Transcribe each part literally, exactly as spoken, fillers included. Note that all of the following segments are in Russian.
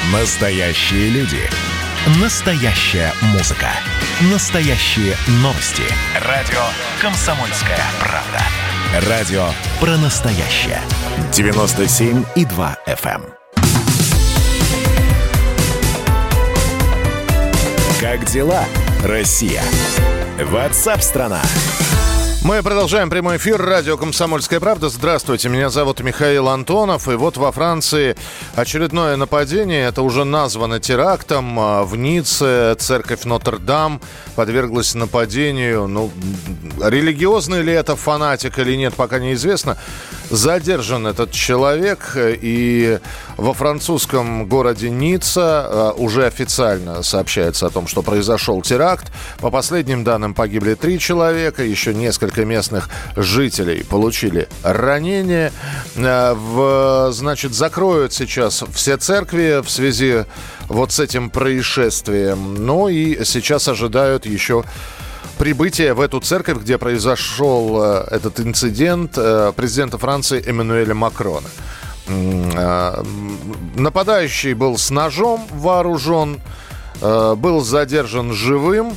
Настоящие люди. Настоящая музыка. Настоящие новости. Радио «Комсомольская правда». Радио про настоящее. девяносто семь и два эф эм. Как дела, Россия? Ватсап-страна! Мы продолжаем прямой эфир. Радио «Комсомольская правда». Здравствуйте, меня зовут Михаил Антонов. И вот во Франции очередное нападение. Это уже названо терактом. В Ницце церковь Нотр-Дам подверглась нападению. Ну, религиозный ли это фанатик или нет, пока неизвестно. Задержан этот человек. И во французском городе Ницца уже официально сообщается о том, что произошел теракт. По последним данным погибли три человека. Еще несколько местных жителей получили ранения. В, значит, закроют сейчас все церкви в связи вот с этим происшествием. Ну и сейчас ожидают еще прибытие в эту церковь, где произошел этот инцидент, президента Франции Эммануэля Макрона. Нападающий был с ножом вооружен, был задержан живым.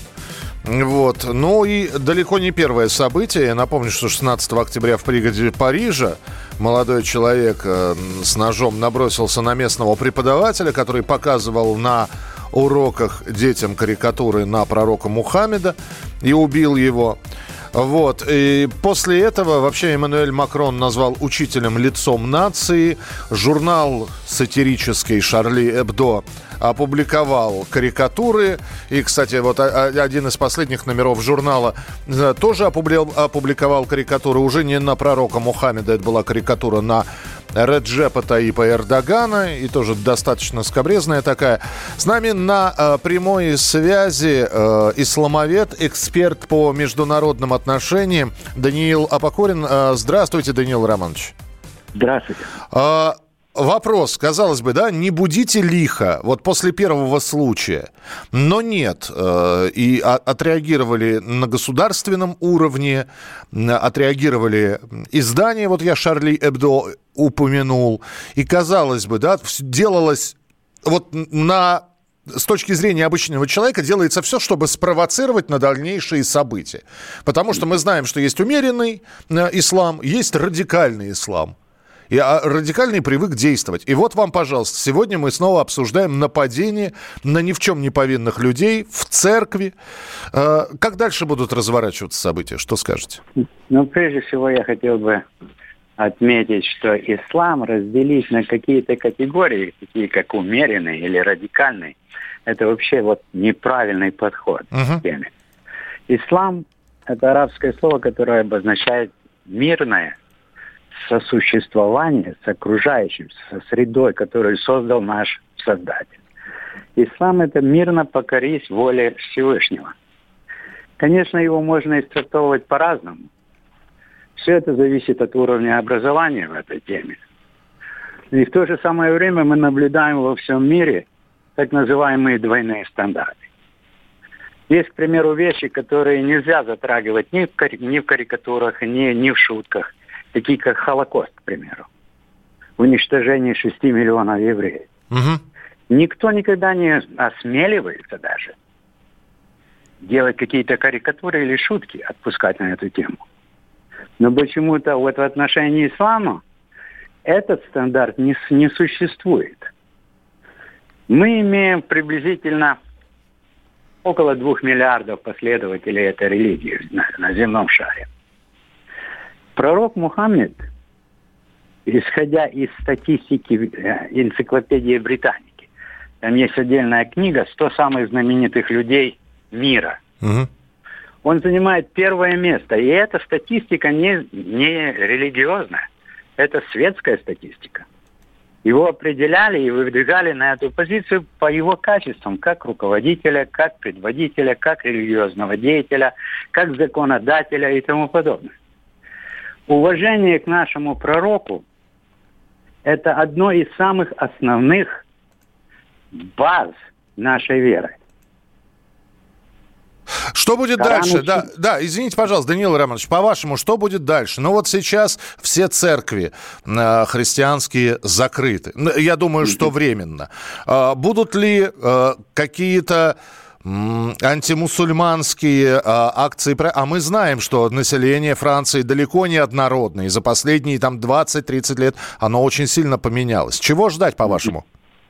Вот. Ну и далеко не первое событие. Я напомню, что шестнадцатого октября в пригороде Парижа молодой человек э, с ножом набросился на местного преподавателя, который показывал на уроках детям карикатуры на пророка Мухаммеда, и убил его. Вот. И после этого вообще Эммануэль Макрон назвал учителем лицом нации. Журнал сатирический «Шарли Эбдо» опубликовал карикатуры. И, кстати, вот один из последних номеров журнала тоже опубликовал карикатуры уже не на пророка Мухаммеда. Это была карикатура на Реджепа Таипа Эрдогана. И тоже достаточно скабрезная такая. С нами на э, прямой связи э, исламовед, эксперт по международным отношениям Даниил Апокорин. Э, здравствуйте, Даниил Романович. Здравствуйте. Э, Вопрос, казалось бы, да, не будите лихо, вот после первого случая, но нет, э, и а, отреагировали на государственном уровне, отреагировали издания, вот я Шарли Эбдо упомянул, и казалось бы, да, делалось вот на... С точки зрения обычного человека делается все, чтобы спровоцировать на дальнейшие события. Потому что мы знаем, что есть умеренный э, ислам, есть радикальный ислам. И радикальный привык действовать. И вот вам, пожалуйста, сегодня мы снова обсуждаем нападение на ни в чем не повинных людей в церкви. Как дальше будут разворачиваться события? Что скажете? Ну, прежде всего, я хотел бы отметить, что ислам разделить на какие-то категории, такие как умеренный или радикальный, это вообще вот неправильный подход uh-huh. к теме. Ислам – это арабское слово, которое обозначает мирное сосуществование с окружающим, со средой, которую создал наш Создатель. Ислам – это мирно покорись воле Всевышнего. Конечно, его можно истолковывать по-разному. Все это зависит от уровня образования в этой теме. И в то же самое время мы наблюдаем во всем мире так называемые двойные стандарты. Есть, к примеру, вещи, которые нельзя затрагивать ни в, кари- ни в карикатурах, ни, ни в шутках. Такие как Холокост, к примеру. Уничтожение шести миллионов евреев. Угу. Никто никогда не осмеливается даже делать какие-то карикатуры или шутки, отпускать на эту тему. Но почему-то вот в отношении ислама этот стандарт не, не существует. Мы имеем приблизительно около двух миллиардов последователей этой религии на, на земном шаре. Пророк Мухаммед, исходя из статистики энциклопедии Британики, там есть отдельная книга «сто самых знаменитых людей мира». Угу. Он занимает первое место. И эта статистика не, не религиозная, это светская статистика. Его определяли и выдвигали на эту позицию по его качествам, как руководителя, как предводителя, как религиозного деятеля, как законодателя и тому подобное. Уважение к нашему пророку – это одно из самых основных баз нашей веры. Что будет Коран дальше? учит... Да, да, извините, пожалуйста, Даниил Романович, по-вашему, что будет дальше? Ну вот сейчас все церкви э, христианские закрыты. Я думаю, что временно. Э, будут ли э, какие-то антимусульманские а, акции. А мы знаем, что население Франции далеко не однородное. И за последние там, двадцать-тридцать лет оно очень сильно поменялось. Чего ждать, по-вашему?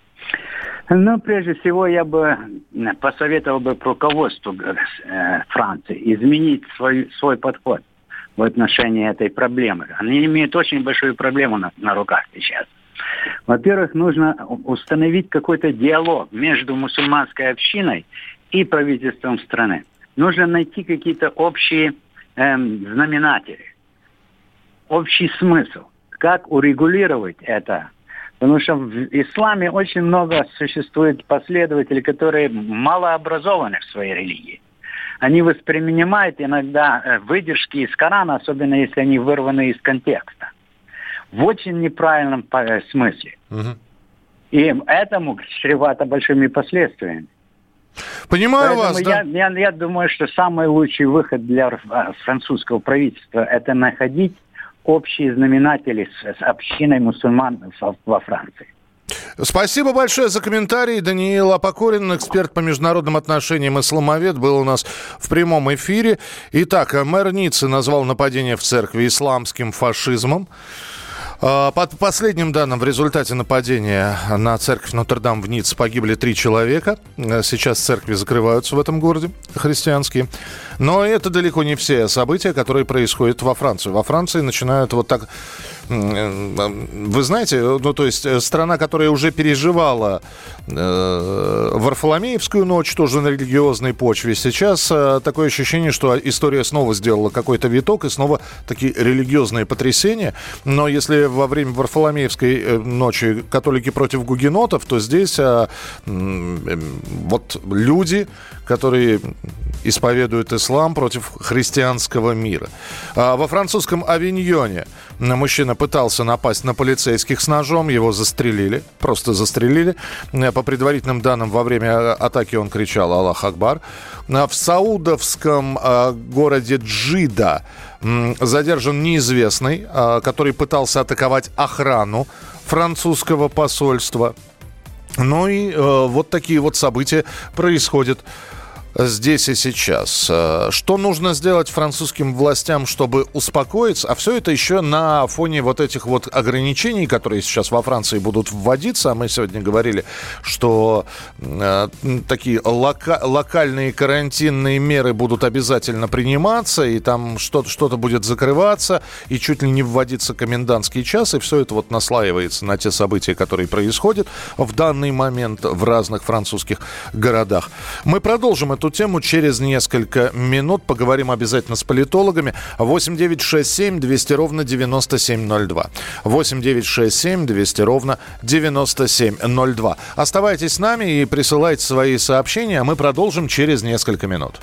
Ну, прежде всего, я бы посоветовал бы руководству Франции изменить свой, свой подход в отношении этой проблемы. Они имеют очень большую проблему на, на руках сейчас. Во-первых, нужно установить какой-то диалог между мусульманской общиной и правительством страны. Нужно найти какие-то общие эм, знаменатели, общий смысл, как урегулировать это. Потому что в исламе очень много существует последователей, которые малообразованы в своей религии. Они воспринимают иногда выдержки из Корана, особенно если они вырваны из контекста, в очень неправильном смысле. Угу. И этому чревато большими последствиями. Понимаю Поэтому вас, я, да? я, я думаю, что самый лучший выход для французского правительства – это находить общие знаменатели с, с общиной мусульман во, во Франции. Спасибо большое за комментарий. Даниил Апокорин, эксперт по международным отношениям, исламовед, был у нас в прямом эфире. Итак, мэр Ниццы назвал нападение в церкви исламским фашизмом. По последним данным, в результате нападения на церковь Нотр-Дам в Ницце погибли три человека. Сейчас церкви закрываются в этом городе, христианские. Но это далеко не все события, которые происходят во Франции. Во Франции начинают вот так... Вы знаете, ну то есть страна, которая уже переживала э, Варфоломеевскую ночь, тоже на религиозной почве, сейчас э, такое ощущение, что история снова сделала какой-то виток и снова такие религиозные потрясения. Но если во время Варфоломеевской ночи католики против гугенотов, то здесь э, э, вот люди, которые исповедуют ислам, против христианского мира. А во французском Авиньоне мужчина пытался напасть на полицейских с ножом, его застрелили, просто застрелили. По предварительным данным, во время атаки он кричал «Аллах Акбар». В саудовском городе Джидда задержан неизвестный, который пытался атаковать охрану французского посольства. Ну и э, вот такие вот события происходят здесь и сейчас. Что нужно сделать французским властям, чтобы успокоиться? А все это еще на фоне вот этих вот ограничений, которые сейчас во Франции будут вводиться. Мы сегодня говорили, что э, такие лока- локальные карантинные меры будут обязательно приниматься, и там что-то, что-то будет закрываться, и чуть ли не вводится комендантский час, и все это вот наслаивается на те события, которые происходят в данный момент в разных французских городах. Мы продолжим эту эту тему через несколько минут. Поговорим обязательно с политологами. восемь девять шесть семь двести ровно девяносто семь ноль два. восемь девять шесть семь двести ровно девяносто семь ноль два. Оставайтесь с нами и присылайте свои сообщения, а мы продолжим через несколько минут.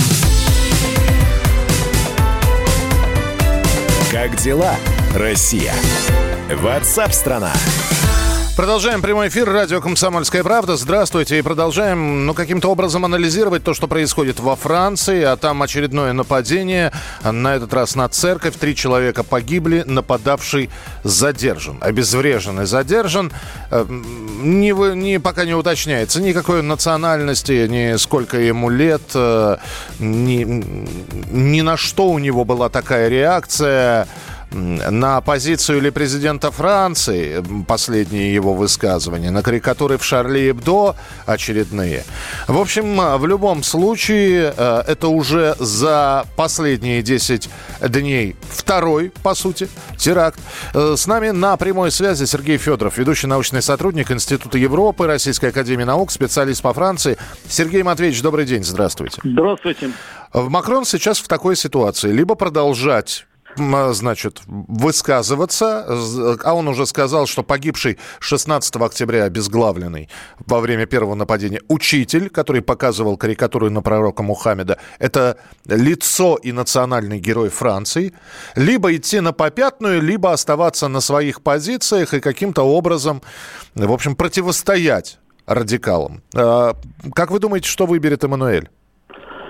Как дела, Россия? Ватсап-страна! Продолжаем прямой эфир. Радио «Комсомольская правда». Здравствуйте. И продолжаем, ну, каким-то образом анализировать то, что происходит во Франции. А там очередное нападение. На этот раз на церковь. Три человека погибли. Нападавший задержан. Обезврежен и задержан. Не, не, пока не уточняется никакой национальности, ни сколько ему лет, ни, ни на что у него была такая реакция. На позицию ли президента Франции, последние его высказывания, на карикатуры в Шарли Эбдо очередные. В общем, в любом случае, это уже за последние десять дней второй, по сути, теракт. С нами на прямой связи Сергей Федоров, ведущий научный сотрудник Института Европы, Российской академии наук, специалист по Франции. Сергей Матвеевич, добрый день, здравствуйте. Здравствуйте. Макрон сейчас в такой ситуации. Либо продолжать, значит, высказываться, а он уже сказал, что погибший шестнадцатого октября обезглавленный во время первого нападения учитель, который показывал карикатуру на пророка Мухаммеда, это лицо и национальный герой Франции, либо идти на попятную, либо оставаться на своих позициях и каким-то образом, в общем, противостоять радикалам. Как вы думаете, что выберет Эммануэль?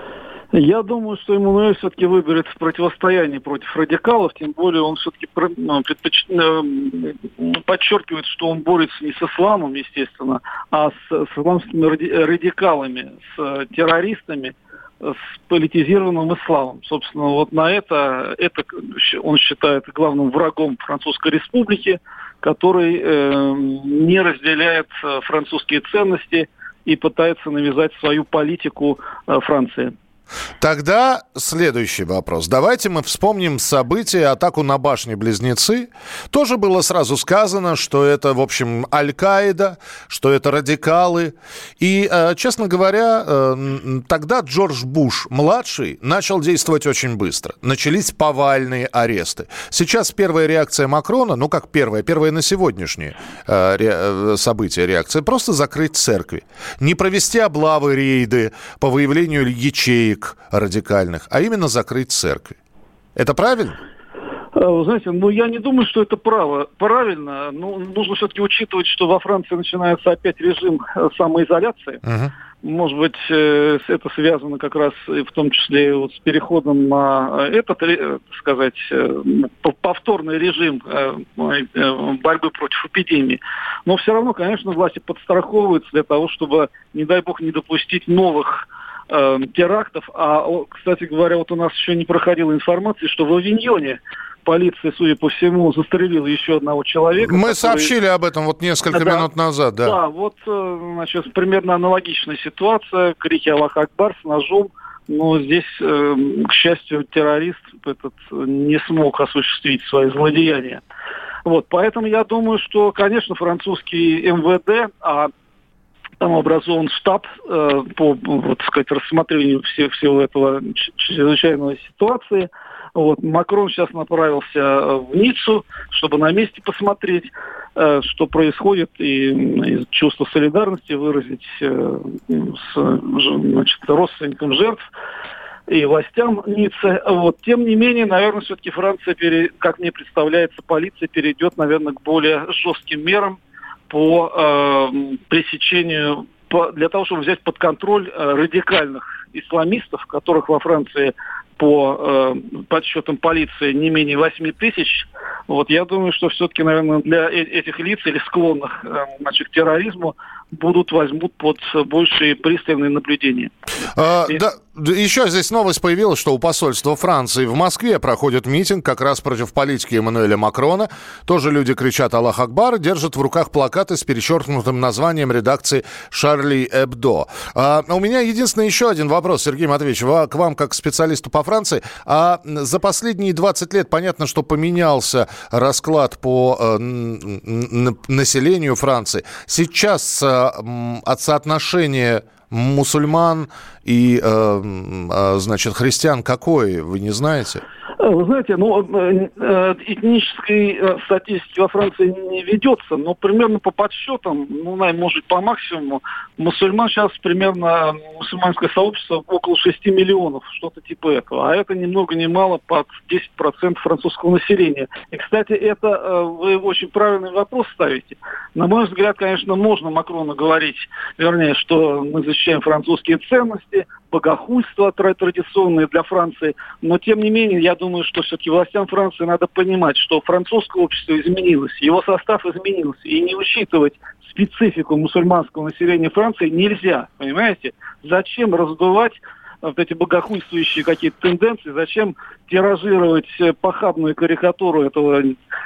Я думаю, что Эммануэль все-таки выберет противостояние против радикалов, тем более он все-таки предпоч... подчеркивает, что он борется не с исламом, естественно, а с, с исламскими радикалами, с террористами, с политизированным исламом. Собственно, вот на это, это он считает главным врагом Французской Республики, который э, не разделяет французские ценности и пытается навязать свою политику э, Франции. Тогда следующий вопрос. Давайте мы вспомним события, атаку на башни-близнецы. Тоже было сразу сказано, что это, в общем, Аль-Каида, что это радикалы. И, честно говоря, тогда Джордж Буш-младший начал действовать очень быстро. Начались повальные аресты. Сейчас первая реакция Макрона, ну как первая, первая на сегодняшнее событие реакция, просто закрыть церкви. Не провести облавы, рейды по выявлению ячеек радикальных, а именно закрыть церкви. Это правильно? Вы знаете, ну я не думаю, что это право, правильно. Ну, нужно все-таки учитывать, что во Франции начинается опять режим самоизоляции. Uh-huh. Может быть, это связано как раз в том числе вот с переходом на этот, так сказать, повторный режим борьбы против эпидемии. Но все равно, конечно, власти подстраховываются для того, чтобы, не дай бог, не допустить новых терактов. А, кстати говоря, вот у нас еще не проходила информация, что в Авиньоне полиция, судя по всему, застрелила еще одного человека. Мы который... сообщили об этом вот несколько да, минут назад, да. Да, вот, значит, примерно аналогичная ситуация. Крики «Аллах Акбар» с ножом. Но здесь, к счастью, террорист этот не смог осуществить свои злодеяния. Вот, поэтому я думаю, что, конечно, французский эм вэ дэ, а там образован штаб э, по, вот, так сказать, рассмотрению всего, всего этого чрезвычайной ситуации. Вот. Макрон сейчас направился в Ниццу, чтобы на месте посмотреть, э, что происходит, и, и чувство солидарности выразить э, с значит, родственникам жертв и властям Ниццы. Вот. Тем не менее, наверное, все-таки Франция, пере, как мне представляется, полиция перейдет, наверное, к более жестким мерам по э, пресечению, по, для того, чтобы взять под контроль э, радикальных исламистов, которых во Франции по э, подсчетам полиции не менее восемь тысяч. Вот я думаю, что все-таки, наверное, для э- этих лиц или склонных э, значит, к терроризму будут возьмут под большие пристальные наблюдения. А, И... да, еще здесь новость появилась, что у посольства Франции в Москве проходит митинг как раз против политики Эммануэля Макрона. Тоже люди кричат «Аллах Акбар», держат в руках плакаты с перечеркнутым названием редакции «Шарли Эбдо». А, у меня единственный еще один вопрос, Сергей Матвеевич, к вам как специалисту по Франции. А за последние двадцать лет понятно, что поменялся расклад по э, населению Франции. Сейчас э, от соотношения мусульман и, э, э, значит, христиан какой, вы не знаете? Вы знаете, ну, этнической статистики во Франции не ведется, но примерно по подсчетам, ну, может, по максимуму, мусульман сейчас примерно, мусульманское сообщество около шести миллионов, что-то типа этого. А это ни много ни мало под десять процентов французского населения. И, кстати, это вы очень правильный вопрос ставите. На мой взгляд, конечно, можно Макрону говорить, вернее, что мы защищаем французские ценности, богохульство традиционное для Франции, но, тем не менее, я думаю, что все-таки властям Франции надо понимать, что французское общество изменилось, его состав изменился, и не учитывать специфику мусульманского населения Франции нельзя, понимаете? Зачем раздувать вот эти богохульствующие какие-то тенденции, зачем тиражировать похабную карикатуру этого...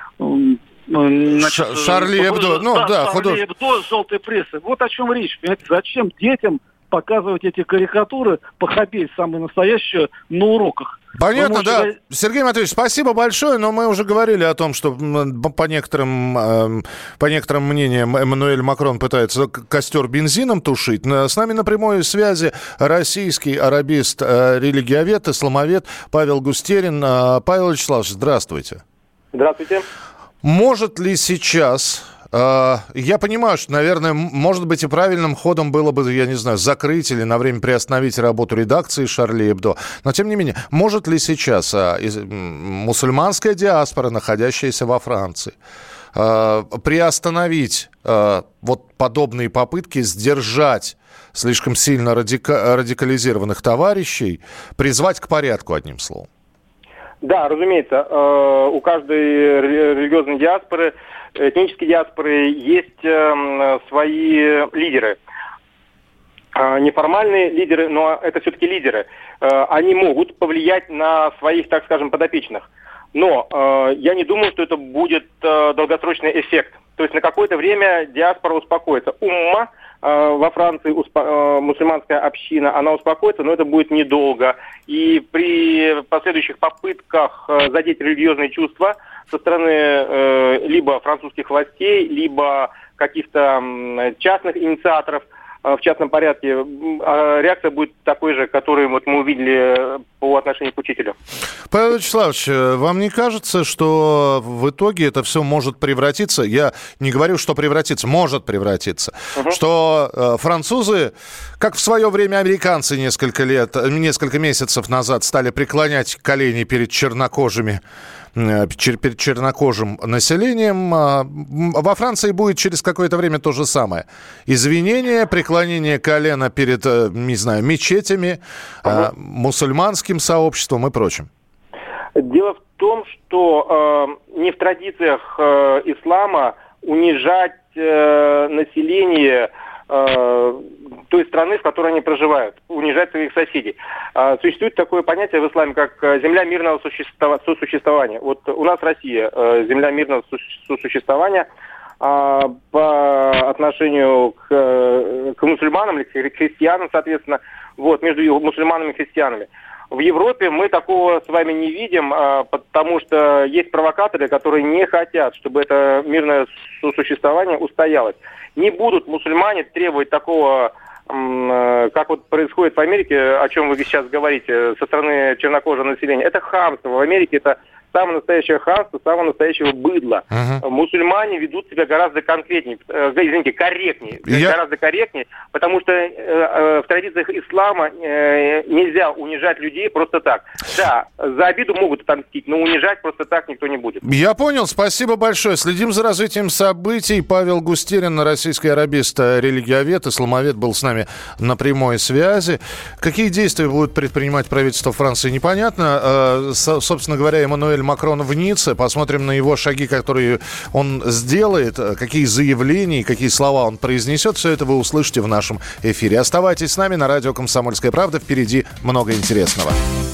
Значит, Шарли Эбдо, ну да, да худож... Шарли Эбдо с желтой прессы. Вот о чем речь, понимаете? Зачем детям показывать эти карикатуры, похабеть самые настоящие на уроках? Понятно, да. Можете... Сергей Матвеевич, спасибо большое, но мы уже говорили о том, что по некоторым, по некоторым мнениям Эммануэль Макрон пытается костер бензином тушить. С нами на прямой связи российский арабист, религиовед, исламовед Павел Густерин. Павел Вячеславович, здравствуйте. Здравствуйте. Может ли сейчас... Я понимаю, что, наверное, может быть, и правильным ходом было бы, я не знаю, закрыть или на время приостановить работу редакции «Шарли Эбдо». Но, тем не менее, может ли сейчас мусульманская диаспора, находящаяся во Франции, э, приостановить э, вот подобные попытки сдержать слишком сильно радика- радикализированных товарищей, призвать к порядку, одним словом? Да, разумеется, э, у каждой религиозной диаспоры, этнической диаспоры есть э, свои лидеры. Э, неформальные лидеры, но это все-таки лидеры. Э, они могут повлиять на своих, так скажем, подопечных. Но э, я не думаю, что это будет э, долгосрочный эффект. То есть на какое-то время диаспора успокоится. Умма э, во Франции, успо- э, мусульманская община, она успокоится, но это будет недолго. И при последующих попытках э, задеть религиозные чувства со стороны э, либо французских властей, либо каких-то э, частных инициаторов, в частном порядке, реакция будет такой же, которую вот мы увидели по отношению к учителю. Павел Вячеславович, вам не кажется, что в итоге это все может превратиться, я не говорю, что превратится, может превратиться, угу. что э, французы, как в свое время американцы несколько лет, несколько месяцев назад стали преклонять колени перед чернокожими, перед чернокожим населением, во Франции будет через какое-то время то же самое. Извинения, преклонение колена перед, не знаю, мечетями, uh-huh. мусульманским сообществом и прочим. Дело в том, что э, не в традициях э, ислама унижать э, население э, той страны, в которой они проживают, унижать своих соседей. А, существует такое понятие в исламе, как земля мирного сосуществования. Вот у нас Россия, земля мирного сосуществования а, по отношению к, к мусульманам или к христианам, соответственно, вот, между мусульманами и христианами. В Европе мы такого с вами не видим, потому что есть провокаторы, которые не хотят, чтобы это мирное сосуществование устоялось. Не будут мусульмане требовать такого, как вот происходит в Америке, о чем вы сейчас говорите, со стороны чернокожего населения. Это хамство. В Америке это самое настоящее хамство, самое настоящее быдло. Uh-huh. Мусульмане ведут себя гораздо конкретнее, э, извините, корректнее, Я... гораздо корректнее, потому что э, э, в традициях ислама э, нельзя унижать людей просто так. Да, за обиду могут отомстить, но унижать просто так никто не будет. Я понял, спасибо большое. Следим за развитием событий. Павел Густерин, российский арабист, религиовед, исламовед, был с нами на прямой связи. Какие действия будут предпринимать правительство Франции, непонятно. Э, со, собственно говоря, Эммануэль Макрон в Ницце. Посмотрим на его шаги, которые он сделает, какие заявления, какие слова он произнесет. Все это вы услышите в нашем эфире. Оставайтесь с нами на радио «Комсомольская правда». Впереди много интересного.